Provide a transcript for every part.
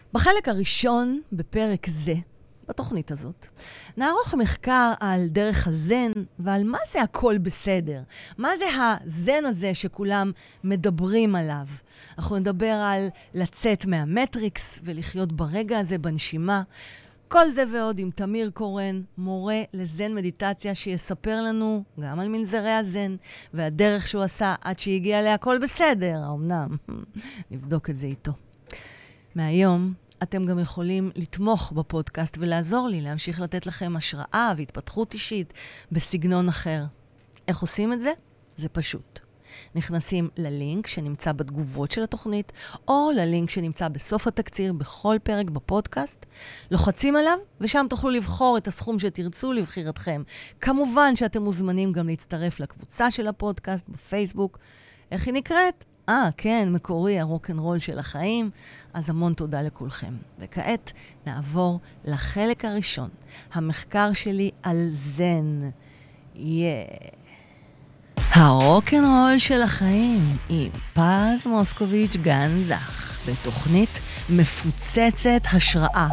בחלק הראשון, בפרק זה, בתוכנית הזאת, נערוך מחקר על דרך הזן ועל מה זה הכל בסדר. מה זה הזן הזה שכולם מדברים עליו. אנחנו נדבר על לצאת מהמטריקס ולחיות ברגע הזה בנשימה. כל זה ועוד עם תמיר קורן, מורה לזן מדיטציה, שיספר לנו גם על מנזרי הזן והדרך שהוא עשה עד שהגיע להכל בסדר. האמנם, נבדוק את זה איתו. מהיום אתם גם יכולים לתמוך בפודקאסט ולעזור לי להמשיך לתת לכם השראה והתפתחות אישית בסגנון אחר. איך עושים את זה? זה פשוט. נכנסים ללינק שנמצא בתגובות של התוכנית, או ללינק שנמצא בסוף התקציר בכל פרק בפודקאסט, לוחצים עליו, ושם תוכלו לבחור את הסכום שתרצו לבחירתכם. כמובן שאתם מוזמנים גם להצטרף לקבוצה של הפודקאסט בפייסבוק. איך היא נקראת? כן, מקורי, הרוק'נ'רול של החיים. אז המון תודה לכולכם. וכעת נעבור לחלק הראשון, המחקר שלי על זן. הרוק'נ'רול של החיים עם פז מוסקוביץ' גן זך, בתוכנית מפוצצת השראה.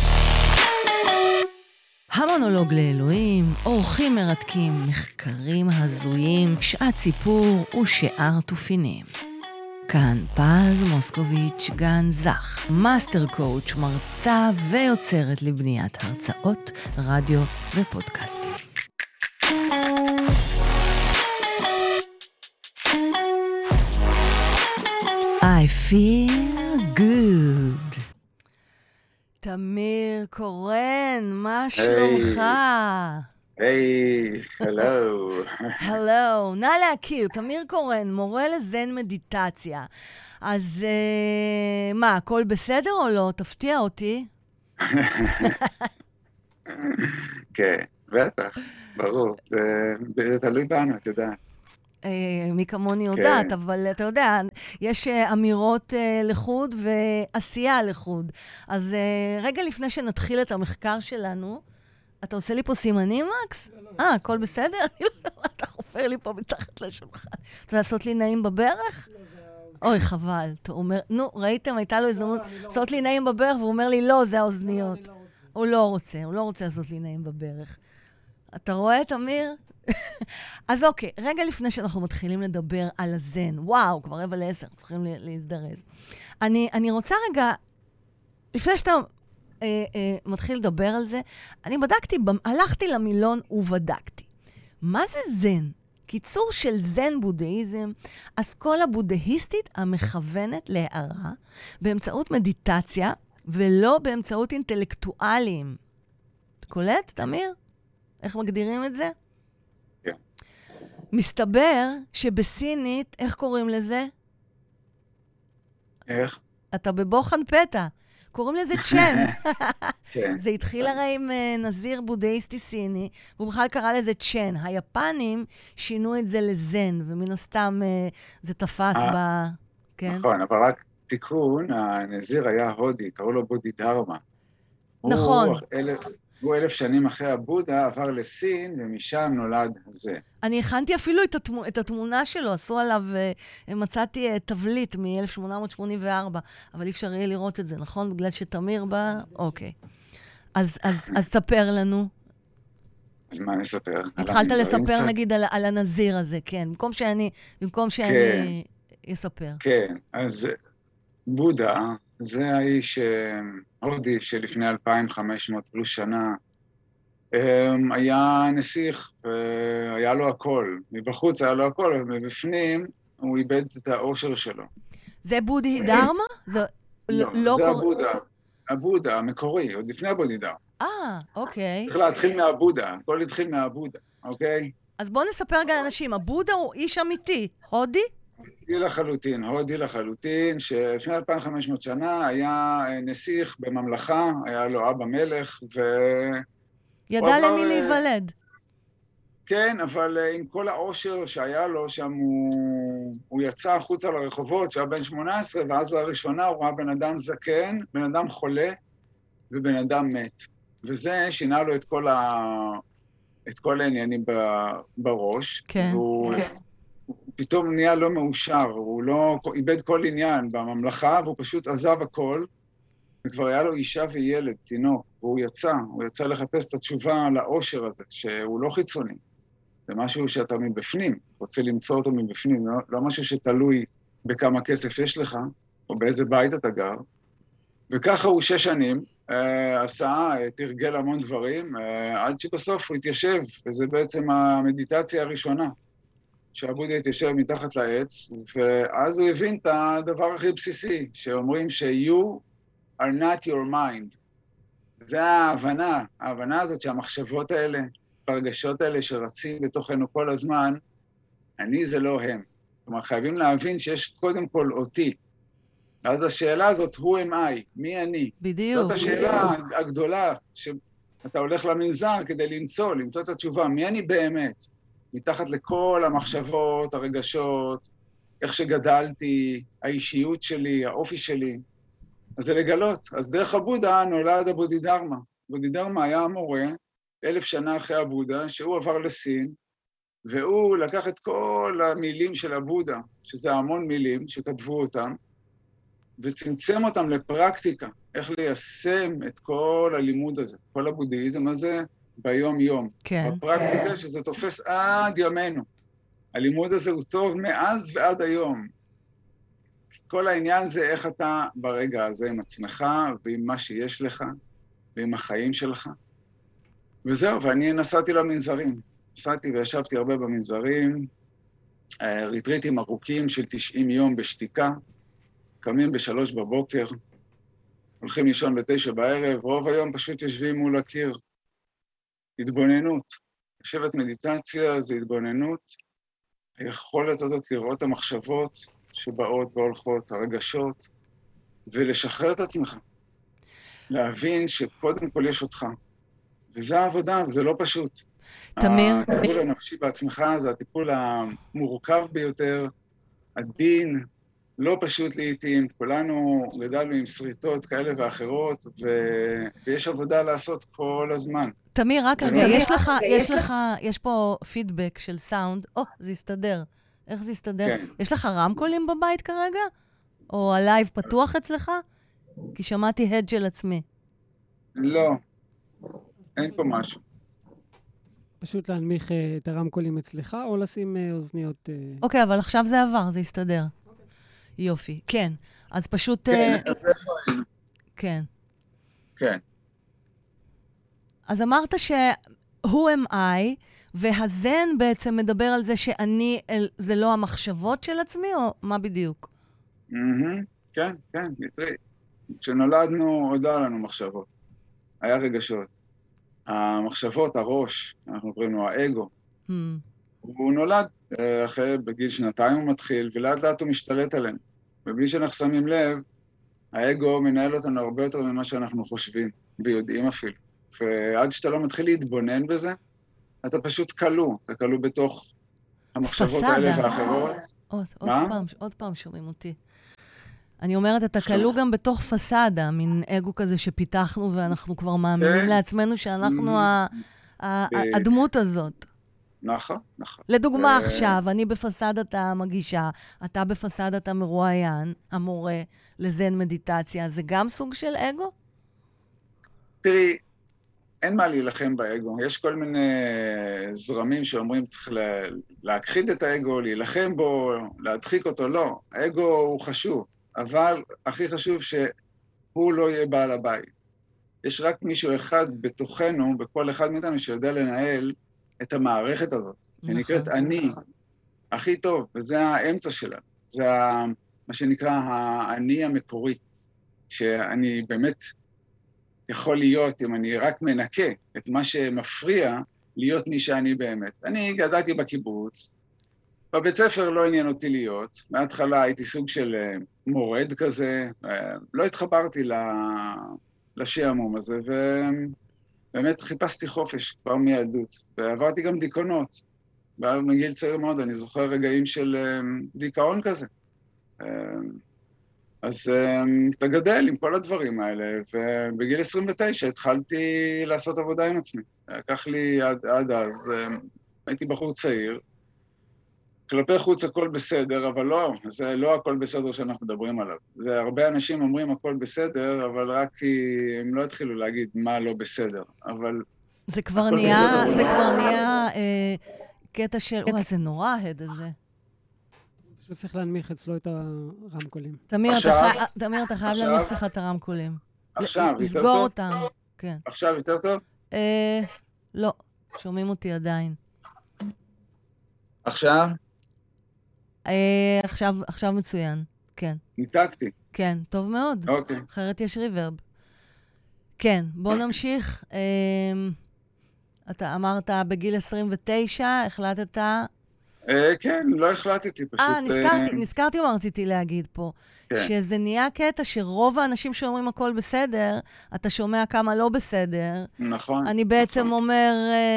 המונולוג לאלוהים, אורחים מרתקים, מחקרים הזויים, שעת סיפור ושאר תופינים. כאן פז מוסקוביץ' גן זך, מאסטר קואוץ', מרצה ויוצרת לבניית הרצאות, רדיו ופודקאסטים. I feel good. תמיר קורן, מה שלומך? היי, הלו. הלו, נא להכיר, תמיר קורן, מורה לזן מדיטציה. אז מה, הכל בסדר או לא? תפתיע אותי. כן, בטח, ברור. זה תלוי בנו, אתה יודע. מי כמוני יודעת, אבל אתה יודע, יש אמירות לחוד ועשייה לחוד. אז רגע לפני שנתחיל את המחקר שלנו, אתה עושה לי פה סימנים, מקס? הכל בסדר? אתה חופר לי פה מתחת לשולחן. אתה לעשות לי נעים בברך? אוי, חבל. אתה אומר, נו, ראיתם, הייתה לו הזדמנות לעשות לי נעים בברך, והוא אומר לי, לא, זה האוזניות. הוא לא רוצה לעשות לי נעים בברך. אתה רואה, תמיר? אז אוקיי, רגע לפני שאנחנו מתחילים לדבר על הזן, וואו, כבר 9:45, צריכים להזדרז. אני רוצה רגע, לפני שאתה מתחיל לדבר על זה, אני בדקתי, הלכתי למילון ובדקתי. מה זה זן? קיצור של זן בודהיזם, אסכולה בודהיסטית המכוונת להערה באמצעות מדיטציה, ולא באמצעות אינטלקטואלים. קולט, תמיר? איך מגדירים את זה? כן. מסתבר שבסינית, איך קוראים לזה? איך? אתה בבוחן פתע. קוראים לזה צ'ן. כן. זה התחיל הרי עם נזיר בודהיסטי סיני, והוא בכלל קרא לזה צ'ן. היפנים שינו את זה לזן, ומן הסתם זה תפס כן? נכון, אבל רק תיקון, הנזיר היה הודי, קראו לו בודידרמה. נכון. הוא 1,000 שנים אחרי הבודה עבר לסין, ומשם נולד זה. אני הכנתי אפילו את התמונה שלו, עשו עליו, מצאתי תבליט מ-1884, אבל אי אפשר יהיה לראות את זה, נכון? בגלל שתמיר בא? אוקיי. אז ספר לנו. אז מה נספר? התחלת לספר נגיד על הנזיר הזה, כן. במקום שאני אספר. כן, אז בודה, זה האיש הודי שלפני 2,500 פלוס שנה, היה נסיך, היה לו הכל. מבחוץ היה לו הכל, ומבפנים הוא איבד את האושר שלו. זה בודהידרמה? לא, זה הבודה המקורי, עוד לפני הבודהידרמה. אוקיי. צריך להתחיל מהבודה, הכל התחיל מהבודה, אוקיי? אז בואו נספר גם לאנשים, הבודה הוא איש אמיתי, הודי? הודי לחלוטין, שלפני 2,500 שנה היה נסיך בממלכה, היה לו אבא מלך, ידע למי להיוולד. כן, אבל עם כל העושר שהיה לו שם, הוא יצא החוצה לרחובות, שהיה בן 18, ואז לראשונה הוא ראה בן אדם זקן, בן אדם חולה, ובן אדם מת. וזה שינה לו את כל העניינים בראש. כן. והוא פתאום נהיה לא מאושר, הוא לא איבד כל עניין בממלכה, והוא פשוט עזב הכל, וכבר היה לו אישה וילד, תינוק, והוא יצא לחפש את התשובה לאושר הזה, שהוא לא חיצוני. זה משהו שאתה מבפנים, רוצה למצוא אותו מבפנים, לא משהו שתלוי בכמה כסף יש לך, או באיזה בית אתה גר. וככה הוא 6 שנים, תרגל המון דברים, עד שבסוף הוא התיישב, וזה בעצם המדיטציה הראשונה, שהבודה התיישב מתחת לעץ, ואז הוא הבין את הדבר הכי בסיסי, שאומרים ש-you are not your mind. זה ההבנה הזאת שהמחשבות האלה, הרגשות האלה שרצים בתוכנו כל הזמן, אני זה לא הם. כלומר, חייבים להבין שיש קודם כל אותי. אז השאלה הזאת, who am I? מי אני? בדיוק. זאת השאלה הגדולה, שאתה הולך למנזר כדי למצוא את התשובה. מי אני באמת? מתחת לכל המחשבות, הרגשות, איך שגדלתי, האישיות שלי, האופי שלי. אז זה לגלות. אז דרך הבודה נולד הבודידרמה. בודידרמה היה המורה, 1000 שנה אחרי הבודה, שהוא עבר לסין, והוא לקח את כל המילים של הבודה, שזה המון מילים שכתבו אותם, וצמצם אותם לפרקטיקה, איך ליישם את כל הלימוד הזה, כל הבודהיזם הזה ביום-יום. כן. בפרקטיקה שזה תופס עד ימינו. הלימוד הזה הוא טוב מאז ועד היום. כל העניין זה איך אתה ברגע הזה עם עצמך, ועם מה שיש לך, ועם החיים שלך. וזהו, ואני נסעתי למנזרים. נסעתי וישבתי הרבה במנזרים, ריטריטים ארוכים של 90 יום בשתיקה, קמים ב3 בבוקר, הולכים לישון ב9 בערב, רוב היום פשוט יושבים מול הקיר. התבוננות. יושבת מדיטציה זה התבוננות, היכולת הזאת לראות המחשבות שבאות והולכות, הרגשות, ולשחרר את עצמך. להבין שקודם כל יש אותך. וזה העבודה, וזה לא פשוט. תמיר. הטיפול הנפשי בעצמך זה הטיפול המורכב ביותר, הדין, לא פשוט לעתים, כולנו גדלנו עם שריטות כאלה ואחרות, ויש עבודה לעשות כל הזמן. תמיר, רק רגע, יש פה פידבק של סאונד, זה יסתדר. איך זה יסתדר? כן. יש לך רמקולים בבית כרגע? או הלייב פתוח אצלך? כי שמעתי הד של עצמי. לא, אין פה משהו. פשוט להנמיך את הרמקולים אצלך, או לשים אוזניות... אוקיי, אבל עכשיו זה עבר, זה יסתדר. יופי, כן. אז פשוט... כן. כן. אז אמרת who am I, והזן בעצם מדבר על זה שאני, זה לא המחשבות של עצמי, או מה בדיוק? כן, תראי. כשנולדנו, עוד היה לנו מחשבות. היה רגשות. המחשבות, הראש, אנחנו קוראים לו האגו, הוא נולד אחרי, בגיל 2 הוא מתחיל, ולאט לאט הוא משתלט עלינו. ובלי שאנחנו שמים לב, האגו מנהל אותנו הרבה יותר ממה שאנחנו חושבים, ויודעים אפילו. ועד שאתה לא מתחיל להתבונן בזה, אתה פשוט אתה כלוא בתוך המחשבות האלה והאחרות. עוד פעם שומעים אותי. אני אומרת, אתה כלוא גם בתוך פסאדה, מין אגו כזה שפיתחנו, ואנחנו כבר מאמינים לעצמנו שאנחנו הדמות הזאת. נכון. לדוגמה עכשיו, אני בפסאדת המגישה, אתה בפסאדת המרואיין, המורה לזן מדיטציה, זה גם סוג של אגו? תראי, אין מה להילחם באגו. יש כל מיני זרמים שאומרים צריך להכחיד את האגו, להילחם בו, להדחיק אותו. לא, האגו הוא חשוב, אבל הכי חשוב שהוא לא יהיה בעל הבית. יש רק מישהו אחד בתוכנו, בכל אחד מאיתנו, שיודע לנהל את המערכת הזאת, שנקראת אני, הכי טוב, וזה האמצע שלנו. זה מה שנקרא האני המקורי, שאני באמת יכול להיות, אם אני רק מנקה את מה שמפריע, להיות מי שאני באמת. אני גדלתי בקיבוץ, בבית ספר לא עניין אותי להיות, מההתחלה הייתי סוג של מורד כזה, לא התחברתי לשעמום הזה, ובאמת חיפשתי חופש כבר מילדות, ועברתי גם דיכאונות. מגיל צעיר מאוד, אני זוכר רגעים של דיכאון כזה. אז אתה גדל עם כל הדברים האלה, ובגיל 29 התחלתי לעשות עבודה עם עצמי. לקח לי עד אז, הייתי בחור צעיר, כלפי חוץ הכל בסדר, אבל לא, זה לא הכל בסדר שאנחנו מדברים עליו. זה הרבה אנשים אומרים הכל בסדר, אבל רק כי הם לא התחילו להגיד מה לא בסדר, אבל... זה כבר נהיה קטע של... וואי, זה נורא, ההד הזה. פשוט צריך להנמיך אצלו את הרמקולים. תמיר, אתה חייב להנמיך אצלך את הרמקולים. עכשיו, יותר לסגור טוב? אותם, כן. עכשיו יותר טוב? לא, שומעים אותי עדיין. עכשיו? עכשיו מצוין, כן. ניתקתי. כן, טוב מאוד. אוקיי. אחרת יש ריברב. כן, בוא נמשיך. אתה אמרת בגיל 29, החלטת... כן, לא החלטתי פשוט. נזכרתי מה רציתי להגיד פה. כן. שזה נהיה קטע שרוב האנשים שאומרים הכל בסדר, אתה שומע כמה לא בסדר. נכון. אני בעצם אומר...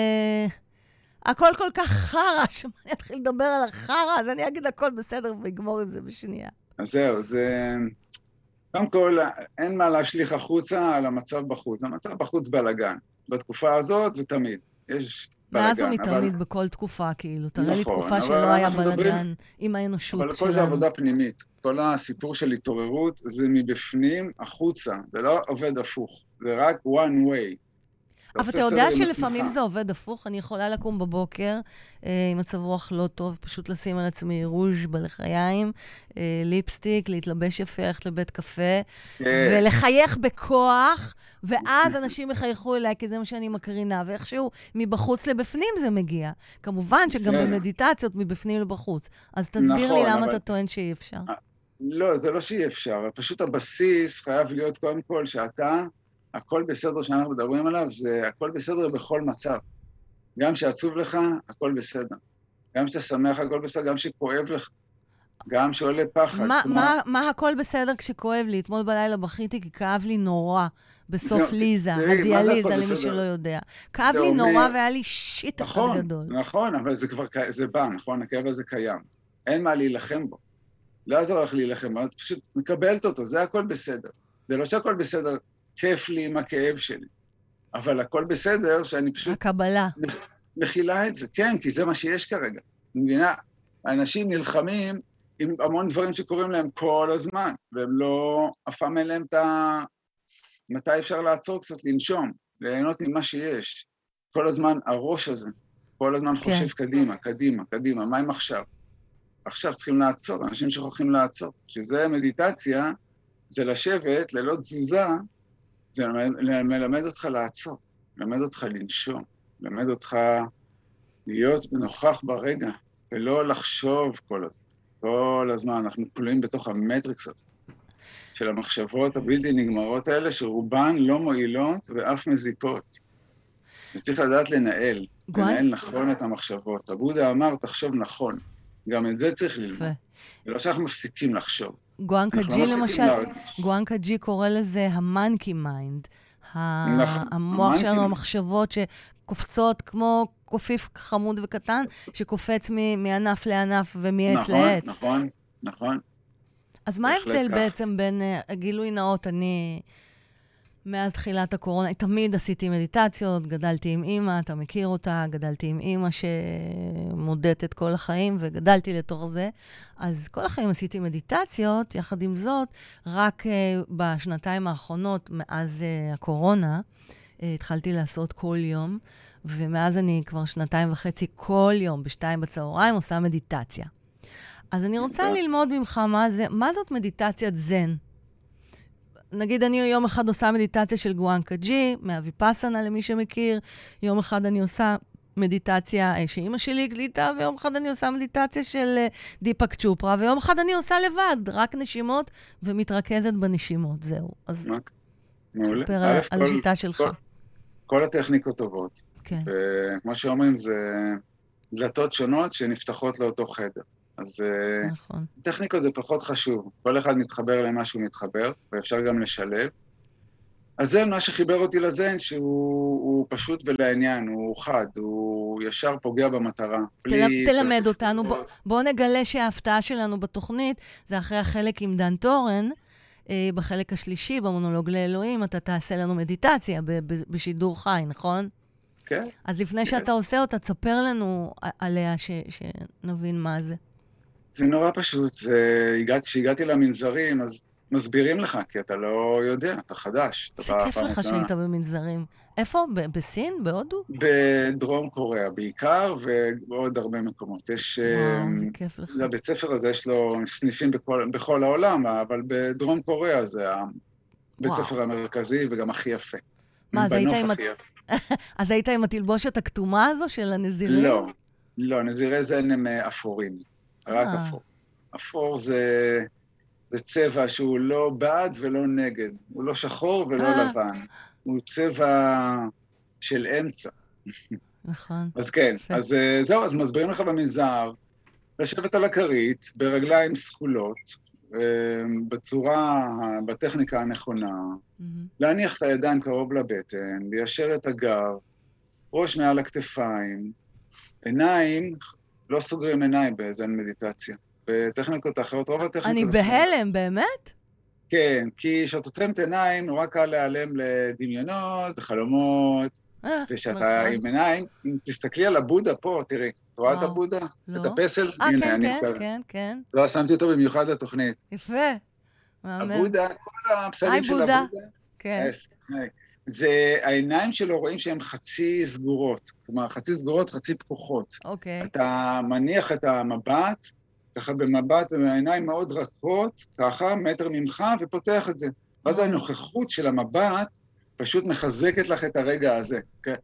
הכל כל כך חרא, שאני אתחיל לדבר על החרא, אז אני אגיד הכל בסדר ויגמור עם זה בשנייה. אז זהו, זה... קודם כל, אין מה להשליך החוצה על המצב בחוץ. המצב בחוץ בלגן. בתקופה הזאת ותמיד. יש בלגן. מאז ומתמיד בכל תקופה, כאילו. תראה לי תקופה שלא היה בלגן עם האנושות שלנו. אבל כל זה עבודה פנימית. כל הסיפור של התעוררות זה מבפנים החוצה. זה לא עובד הפוך. זה רק one way. אבל אתה יודע שלפעמים זה עובד הפוך, אני יכולה לקום בבוקר עם מצב רוח לא טוב, פשוט לשים על עצמי רוז' בלחיים, ליפסטיק, להתלבש יפה, ללכת לבית קפה, ולחייך בכוח, ואז אנשים יחייכו אליי, כי זה מה שאני מקרינה, ואיכשהו מבחוץ לבפנים זה מגיע. כמובן שגם במדיטציות מבפנים לבחוץ. אז תסביר לי למה אתה טוען שאי אפשר. לא, זה לא שאי אפשר, פשוט הבסיס חייב להיות קודם כל שאתה, הכל בסדר שאנחנו מדברים עליו, זה הכל בסדר בכל מצב. גם שעצוב לך, הכל בסדר. גם שאתה שמח, הכל בסדר, גם שכואב לך, גם שעולה פחד. מה הכל בסדר כשכואב לי? אתמול בלילה בכיתי כי כאב לי נורא בסוף ליזה, הדיאליזה למי שלא יודע. כאב לי נורא והיה לי שיט אחד גדול. נכון, אבל זה כבר, זה בא, נכון? הכאב הזה קיים. אין מה להילחם בו. לא יעזור לך להילחם, את פשוט מקבלת אותו, זה הכל בסדר. זה לא שהכל בסדר, כיף לי עם הכאב שלי. אבל הכל בסדר שאני פשוט... הקבלה. מכילה את זה, כן, כי זה מה שיש כרגע. מבינה, האנשים נלחמים עם המון דברים שקורים להם כל הזמן, והם לא... אף פעם אין להם את ה... מתי אפשר לעצור קצת, לנשום, ליהנות ממה שיש. כל הזמן הראש הזה, כל הזמן חושב קדימה, קדימה, קדימה, מה עם עכשיו? עכשיו צריכים לעצור, אנשים שוכחים לעצור. שזה מדיטציה, זה לשבת ללא תזוזה, זה מלמד אותך לעצור, מלמד אותך לנשום, מלמד אותך להיות נוכח ברגע, ולא לחשוב כל הזמן. כל הזמן אנחנו כלואים בתוך המטריקס הזה, של המחשבות הבלתי נגמרות האלה, שרובן לא מועילות ואף מזיקות. וצריך לדעת לנהל נכון את המחשבות. הבודה אמר, תחשוב נכון. גם את זה צריך ללמוד. ולא שאנחנו מפסיקים לחשוב. גואנקה-ג'י למשל, גואנקה-ג'י קורא לזה המאנקי מיינד. המוח שלנו, המחשבות שקופצות כמו קופיף חמוד וקטן, שקופץ מענף לענף ומעץ לעץ. נכון, נכון. אז מה ההבדל בעצם בין גילוי נאות? אני, מאז תחילת הקורונה, תמיד עשיתי מדיטציות, גדלתי עם אמא, אתה מכיר אותה, גדלתי עם אמא שמודדת את כל החיים, וגדלתי לתוך זה. אז כל החיים עשיתי מדיטציות, יחד עם זאת, רק בשנתיים האחרונות, מאז הקורונה, התחלתי לעשות כל יום, ומאז אני כבר 2.5 כל יום, ב14:00 עושה מדיטציה. אז אני רוצה ללמוד ממך מה זאת מדיטציית זן. נגיד, אני יום אחד עושה מדיטציה של גואנקה-ג'י, מהוויפאסנה למי שמכיר, יום אחד אני עושה מדיטציה שאמא שלי הקליטה, ויום אחד אני עושה מדיטציה של דיפק צ'ופרה, ויום אחד אני עושה לבד, רק נשימות, ומתרכזת בנשימות, זהו. אז ספר על השיטה שלך. כל הטכניקות טובות. כן. וכמו שאומרים, זה דלתות שונות שנפתחות לאותו חדר. אז נכון. טכניקות זה פחות חשוב. כל אחד מתחבר למה שהוא מתחבר, ואפשר גם לשלב. אז זה מה שחיבר אותי לזן, שהוא פשוט ולעניין, הוא חד, הוא ישר פוגע במטרה. תלמד אותנו, בוא נגלה שההפתעה שלנו בתוכנית, זה אחרי החלק עם דן טורן, בחלק השלישי, במונולוג לאלוהים, אתה תעשה לנו מדיטציה בשידור חי, נכון? כן. אז לפני שאתה עושה אותה, תספר לנו עליה שנבין מה זה. זה נורא פשוט, כשהגעתי למנזרים, אז מסבירים לך, כי אתה לא יודע, אתה חדש. זה כיף לך שהיית במנזרים. איפה? בסין? בהודו? בדרום קוריאה בעיקר, ובעוד הרבה מקומות. וואו, זה כיף לך. הבית ספר הזה יש לו סניפים בכל העולם, אבל בדרום קוריאה זה הבית ספר המרכזי וגם הכי יפה. מה, אז היית עם התלבושת הכתומה הזו של הנזירים? לא, נזירי זן הם אפורים. רק אפור. אפור זה צבע שהוא לא בעד ולא נגד. הוא לא שחור ולא לבן. הוא צבע של אמצע. נכון. אז כן, אז זהו, אז מסבירים לך במנזר, לשבת על הכרית, ברגליים סגולות, בטכניקה הנכונה, להניח את הידיים קרוב לבטן, ליישר את הגב, ראש מעל הכתפיים, עיניים, לא סוגרים עיניים באיזן מדיטציה. בטכניקות אחרות, רוב הטכניקות... אני בהלם, באמת? כן, כי כשאת עוצמת עיניים, נורא קל להיעלם לדמיונות, חלומות, ושאתה עם עיניים, אם תסתכלי על הבודה פה, תראי, את רואה את הבודה? את הפסל? כן. לא, שמתי אותו במיוחד לתוכנית. יפה, מאמן. הבודה, כל הפסלים של הבודה. כן. זה העיניים שלו רואים שהן חצי סגורות, כלומר, חצי סגורות, חצי פקוחות. אוקיי. אתה מניח את המבט, ככה במבט, העיניים מאוד רכות, ככה, מטר ממך, ופותח את זה. ואז הנוכחות של המבט פשוט מחזקת לך את הרגע הזה.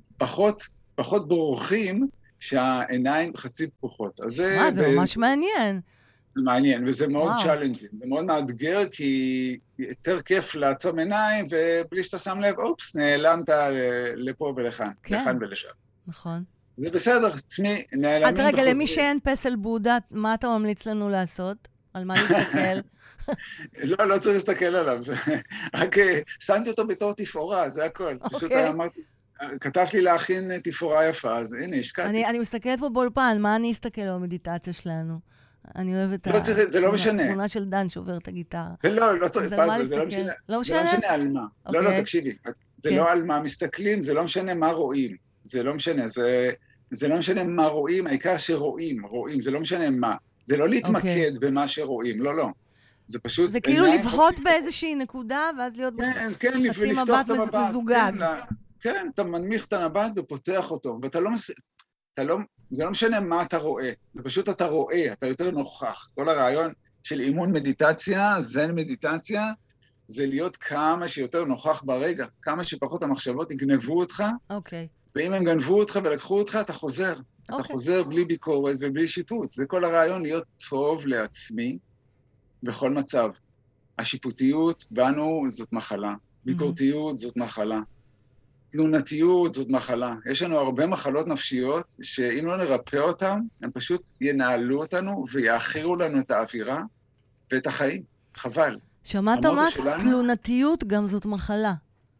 פחות בורחים שהעיניים חצי פקוחות. מה, זה ממש מעניין. זה מעניין, וזה מאוד צ'אלנג'ינג. זה מאוד מאתגר, כי יותר כיף לעצום עיניים, ובלי שאתה שם לב, אופס, נעלמת לפה ולכאן, לכאן ולשם. נכון. זה בסדר, עצמי, נעלמים אז רגע, למי שאין פסל בודה, מה אתה ממליץ לנו לעשות? על מה להסתכל? לא צריך להסתכל עליו. רק שמתי אותו בתור תפאורה, זה הכל. פשוט אמרתי, כתבת לי להכין תפאורה יפה, אז הנה, השקעתי. אני מסתכלת פה באולפן, מה אני אסתכל במדיטציה שלנו? אני אוהבת זה לא משנה. התמונה של דן שובר את הגיטרה. לא צריך, זה לא משנה על מה. לא, תקשיבי. זה לא על מה מסתכלים, זה לא משנה מה רואים. זה לא משנה, זה לא משנה מה רואים, העיקר שרואים, זה לא משנה מה. זה לא להתמקד במה שרואים, לא. זה פשוט... זה כאילו לבהות באיזושהי נקודה, ואז להיות חצי מבט מזוגג. כן, אתה מנמיך את המבט ופותח אותו, ואתה לא... זה לא משנה מה אתה רואה, זה פשוט אתה רואה, אתה יותר נוכח. כל הרעיון של אימון מדיטציה, זן מדיטציה, זה להיות כמה שיותר נוכח ברגע, כמה שפחות המחשבות יגנבו אותך, ואם הם גנבו אותך ולקחו אותך, אתה חוזר. אתה חוזר בלי ביקורת ובלי שיפוט. זה כל הרעיון להיות טוב לעצמי בכל מצב. השיפוטיות בנו זאת מחלה, ביקורתיות זאת מחלה, תלונתיות זאת מחלה. יש לנו הרבה מחלות נפשיות שאם לא נרפא אותן, הם פשוט ינהלו אותנו ויאחרו לנו את האווירה ואת החיים. חבל. שמעת מקס? תלונתיות גם זאת מחלה.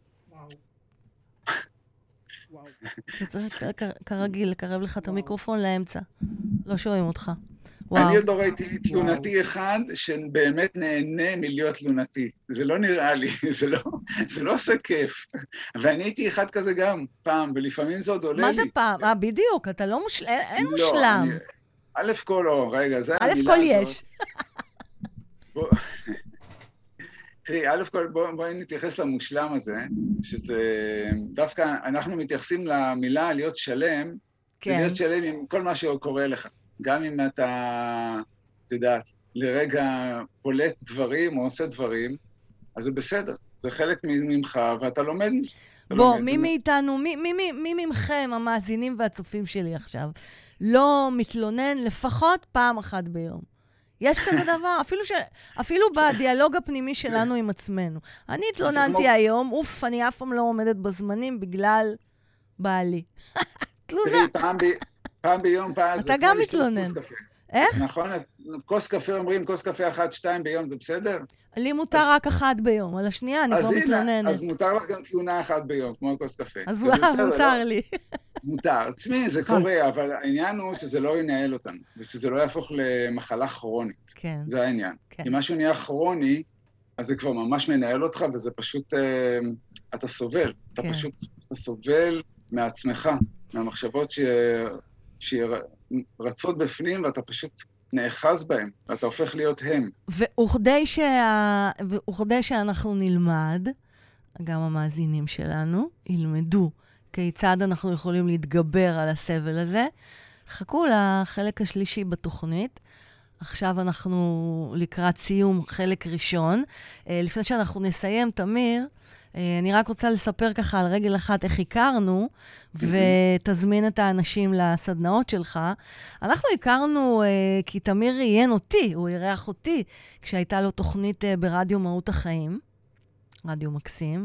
אתה צריך כרגיל לקרב לך את המיקרופון לאמצע. לא שומעים אותך. אני עוד לא ראיתי תלונתי אחד שבאמת נהנה מלהיות תלונתי. זה לא נראה לי, זה לא עושה כיף. ואני הייתי אחד כזה גם פעם, ולפעמים זה עוד עולה לי. מה זה פעם? בדיוק, אתה לא מושלם, אין מושלם. א' כל לא, רגע, זה המילה הזאת. א' כל יש. תראי, א' כל בואי נתייחס למושלם הזה, שזה דווקא אנחנו מתייחסים למילה להיות שלם, להיות שלם עם כל מה שקורה לך. גם אם אתה יודעת, לרגע פולט דברים או עושה דברים, אז זה בסדר. זה חלק ממך, ואתה לומד. בוא, מי מאיתנו, מי ממכם, המאזינים והצופים שלי עכשיו, לא מתלונן לפחות פעם אחת ביום? יש כזה דבר, אפילו בדיאלוג הפנימי שלנו עם עצמנו. אני התלוננתי היום, אני אף פעם לא עומדת בזמנים בגלל בעלי. תלונה. תראי, פעם ביום, אתה גם מתלונן. איך? נכון, כוס קפה אומרים, כוס קפה 1-2 ביום, זה בסדר? לי מותר רק 1 ביום, על השנייה אני כבר מתלוננת. אז מותר לך גם תלונה 1 ביום, כמו כוס קפה. אז מותר לי. מותר. עצמי, זה קורה, אבל העניין הוא שזה לא ינהל אותנו, ושזה לא יהפוך למחלה כרונית. כן. זה העניין. אם משהו נהיה כרוני, אז זה כבר ממש מנהל אותך, וזה פשוט, אתה סובל. אתה פשוט, אתה סובל מעצמך. מהמחשבות שרצות בפנים, ואתה פשוט נאחז בהם, ואתה הופך להיות הם. וכדי שאנחנו נלמד, גם המאזינים שלנו ילמדו כיצד אנחנו יכולים להתגבר על הסבל הזה, חכו לחלק השלישי בתוכנית. עכשיו אנחנו לקראת סיום חלק ראשון. לפני שאנחנו נסיים, תמיר, אני רק רוצה לספר ככה על רגל אחת איך הכרנו, ותזמין את האנשים לסדנאות שלך. אנחנו הכרנו כי תמיר ראיין אותי, הוא אירח אותי, כשהייתה לו תוכנית ברדיו מהות החיים, רדיו מקסים.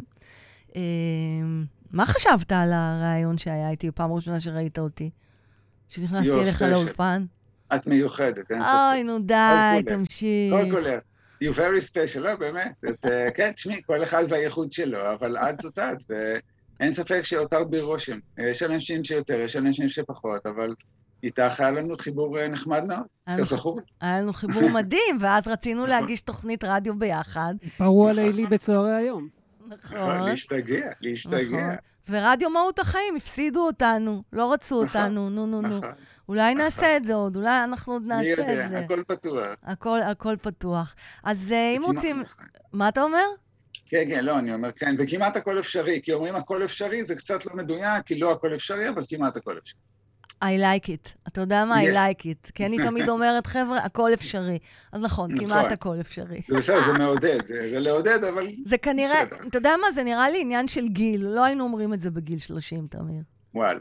מה חשבת על הרעיון שהיה איתי בפעם ראשונה שראית אותי? שנכנסתי אליך לאולפן? את מיוחדת, אין ספק. אוי, נו די, תמשיך. כל כולך. You very special, לא, באמת. כן, תשמעי, כל אחד והייחוד שלו, אבל את זאת את, ואין ספק שאותרת בי רושם. יש אנשים שיותר, יש אנשים שפחות, אבל איתך היה לנו חיבור נחמד מאוד, כזכור. היה לנו חיבור מדהים, ואז רצינו להגיש תוכנית רדיו ביחד. פרו עלילי בצהרי היום. נכון. להשתגע. ורדיו מהות החיים, הפסידו אותנו, לא רצו אותנו, נו. אולי נעשה את זה עוד, אולי אנחנו עוד נעשה את זה. אני יודע, הכל פתוח. הכל פתוח. אז אם רוצים... מה אתה אומר? כן, לא, אני אומר כן, וכמעט הכל אפשרי, כי אומרים הכל אפשרי, זה קצת לא מדויק, כי לא הכל אפשרי, אבל כמעט הכל אפשרי. I like it. אתה יודע מה? I like it. כי אני תמיד אומרת, חבר'ה, הכל אפשרי. אז נכון, כמעט הכל אפשרי. זה בסדר, זה מעודד. זה לעודד, אבל... זה כנראה, אתה יודע מה? זה נראה לי עניין של גיל. לא היינו אומרים את זה בגיל 30, תמיר. וואלה.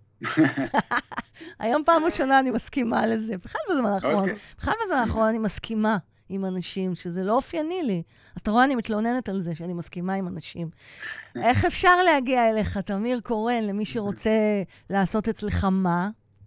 היום פעם ראשונה אני מסכימה לזה. בכלל בזמן האחרון אני מסכימה עם אנשים, שזה לא אופייני לי. אז אתה רואה, אני מתלוננת על זה, שאני מסכימה עם אנשים. איך אפשר להגיע אליך, תמיר קורן, למי שרוצה לעשות אצלך מה?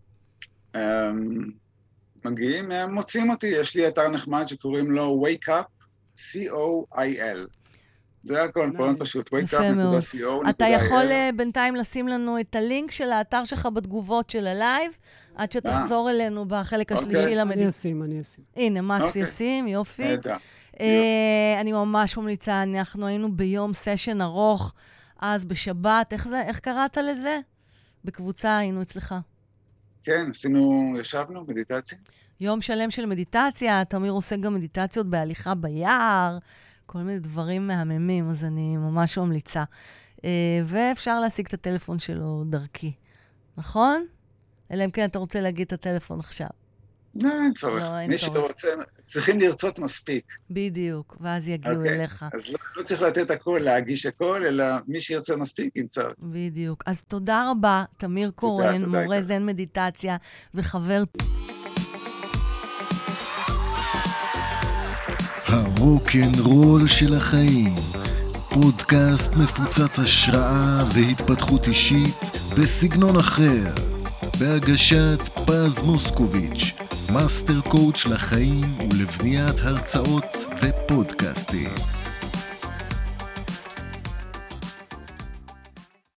מגיעים, מוצאים אותי. יש לי אתר נחמד שקוראים לו Wake Up, C-O-I-L. זה הכל, פרון פשוט, wakeup.co.il. אתה יכול בינתיים לשים לנו את הלינק של האתר שלך בתגובות של הלייב, עד שתחזור אלינו בחלק השלישי למדינה. אני אשים. הנה, מקס ישים, יופי. אני ממש ממליצה, אנחנו היינו ביום סשן ארוך, אז בשבת, איך קראת לזה? בקבוצה היינו אצלך. כן, ישבנו, מדיטציה. יום שלם של מדיטציה, תמיר עושה גם מדיטציות בהליכה ביער, כל מיני דברים מהממים, אז אני ממש ממליצה. ואפשר להשיג את הטלפון שלו דרכי, נכון? אלא אם כן אתה רוצה להגיד את הטלפון עכשיו. לא, אין צורך. מי שרוצה, צריכים לרצות מספיק. בדיוק, ואז יגיעו אליך. אז לא צריך לתת הכל, להגיש הכל, אלא מי שירצה מספיק ימצא. בדיוק. אז תודה רבה, תמיר קורן, מורה זן מדיטציה וחבר... הרוק'נ'רול של החיים, פודקאסט מפוצץ השראה והתפתחות אישית בסגנון אחר, בהגשת פז מוסקוביץ', מאסטר קואוץ' לחיים ולבניית הרצאות ופודקאסטים.